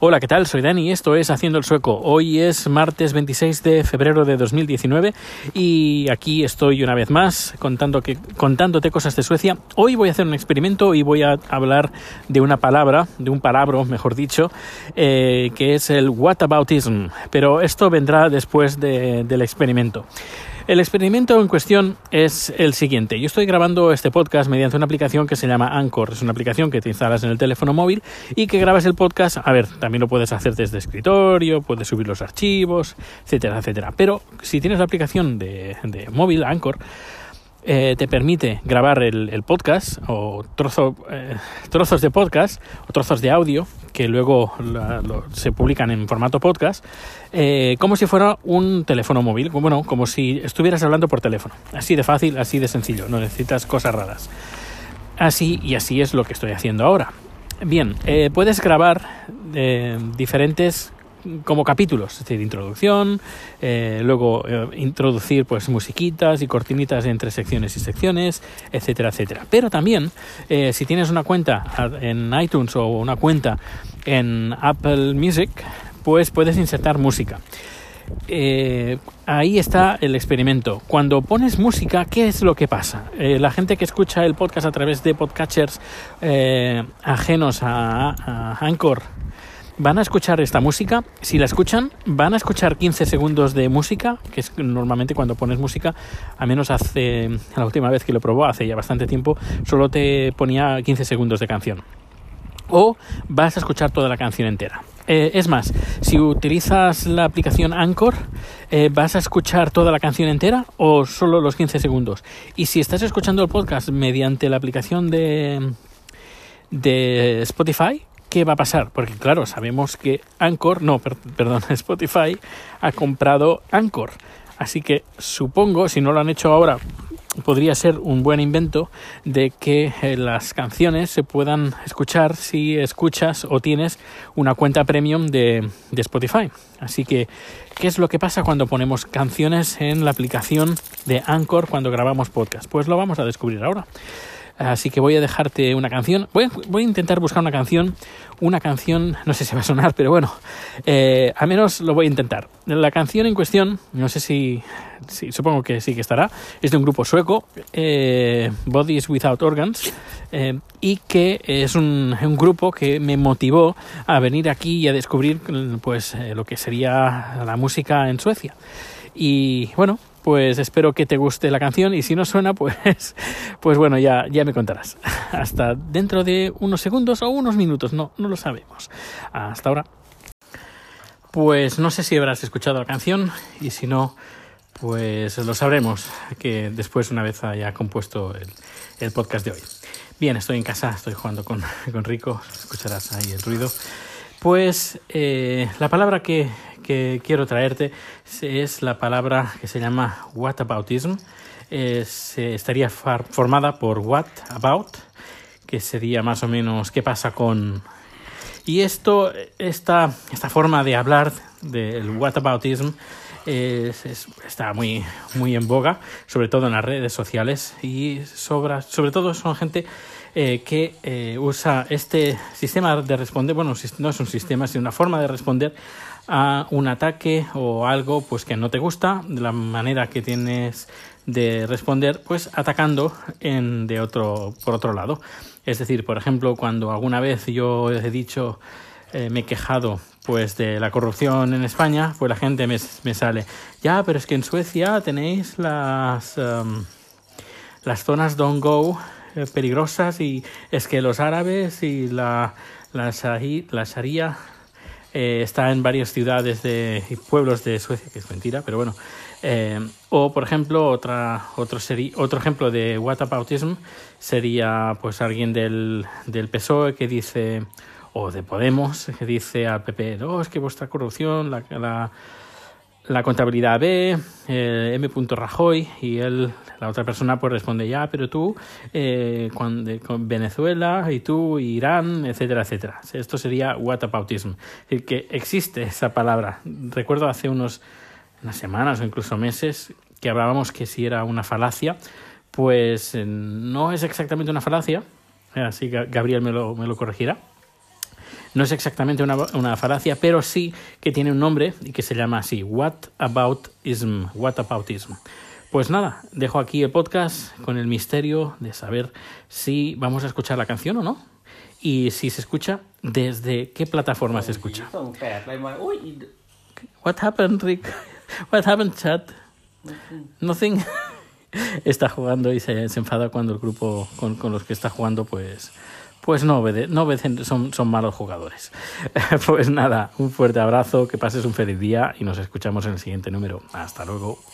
Hola, ¿qué tal? Soy Dani y esto es Haciendo el Sueco. Hoy es martes 26 de febrero de 2019 y aquí estoy una vez más contándote cosas de Suecia. Hoy voy a hacer un experimento y voy a hablar de una palabra, de un palabra, mejor dicho, que es el whataboutism, pero esto vendrá después del experimento. El experimento en cuestión es el siguiente. Yo estoy grabando este podcast mediante una aplicación que se llama Anchor. Es una aplicación que te instalas en el teléfono móvil y que grabas el podcast. A ver, también lo puedes hacer desde escritorio, puedes subir los archivos, etcétera, etcétera. Pero si tienes la aplicación de móvil, Anchor, te permite grabar el podcast o trozos de podcast o trozos de audio que luego se publican en formato podcast, como si fuera un teléfono móvil, como si estuvieras hablando por teléfono. Así de fácil, así de sencillo, no necesitas cosas raras. Así es lo que estoy haciendo ahora. Bien, puedes grabar diferentes como capítulos, es decir, introducción, luego introducir pues musiquitas y cortinitas entre secciones y secciones, etcétera, etcétera. Pero también, si tienes una cuenta en iTunes o una cuenta en Apple Music, pues puedes insertar música. Ahí está el experimento. Cuando pones música, ¿qué es lo que pasa? La gente que escucha el podcast a través de podcatchers ajenos a Anchor, van a escuchar esta música. Si la escuchan, van a escuchar 15 segundos de música, que es normalmente cuando pones música, a menos la última vez que lo probó, hace ya bastante tiempo, solo te ponía 15 segundos de canción. O vas a escuchar toda la canción entera. Es más, si utilizas la aplicación Anchor, ¿vas a escuchar toda la canción entera o solo los 15 segundos? Y si estás escuchando el podcast mediante la aplicación de Spotify, ¿qué va a pasar? Porque claro, sabemos que Spotify ha comprado Anchor. Así que supongo, si no lo han hecho ahora, podría ser un buen invento de que las canciones se puedan escuchar si escuchas o tienes una cuenta premium de Spotify. Así que, ¿qué es lo que pasa cuando ponemos canciones en la aplicación de Anchor cuando grabamos podcast? Pues lo vamos a descubrir ahora. Así que voy a dejarte una canción. Voy a intentar buscar una canción, no sé si va a sonar, pero bueno, al menos lo voy a intentar. La canción en cuestión, no sé si supongo que sí que estará, es de un grupo sueco, Bodies Without Organs, y que es un grupo que me motivó a venir aquí y a descubrir pues lo que sería la música en Suecia. Y bueno, pues espero que te guste la canción y si no suena, pues bueno, ya me contarás. Hasta dentro de unos segundos o unos minutos, no lo sabemos. Hasta ahora. Pues no sé si habrás escuchado la canción y si no, pues lo sabremos que después, una vez haya compuesto el podcast de hoy. Bien, estoy en casa, estoy jugando con Rico, escucharás ahí el ruido. Pues la palabra que quiero traerte es la palabra que se llama whataboutism. Estaría formada por what about, que sería más o menos qué pasa con. Y esta forma de hablar del whataboutism está muy, muy en boga, sobre todo en las redes sociales y sobre todo son gente que usa este sistema de responder, no es un sistema, sino una forma de responder a un ataque o algo pues que no te gusta, de la manera que tienes de responder, pues atacando por otro lado. Es decir, por ejemplo, cuando alguna vez yo he dicho, me he quejado pues de la corrupción en España, pues la gente me sale, ya, pero es que en Suecia tenéis las zonas don't go peligrosas y es que los árabes y la Sharia está en varias ciudades y pueblos de Suecia, que es mentira, pero bueno. O por ejemplo, otro ejemplo de whataboutism sería pues alguien del PSOE que dice, o de Podemos, que dice al PP, no, es que vuestra corrupción, la contabilidad B, M. Rajoy, y la otra persona pues responde, ya, pero tú con Venezuela y tú Irán, etcétera, etcétera. Esto sería whataboutism. Es decir, que existe esa palabra. Recuerdo hace unas semanas o incluso meses que hablábamos que si era una falacia, pues no es exactamente una falacia, así que Gabriel me lo corregirá. No es exactamente una falacia, pero sí que tiene un nombre y que se llama así, Whataboutism. Pues nada, dejo aquí el podcast con el misterio de saber si vamos a escuchar la canción o no. Y si se escucha, ¿desde qué plataforma se escucha? What happened, Rick? What happened, chat? Nothing. Está jugando y se enfada cuando el grupo con los que está jugando pues no obedecen, son malos jugadores. Pues nada, un fuerte abrazo, que pases un feliz día y nos escuchamos en el siguiente número. Hasta luego.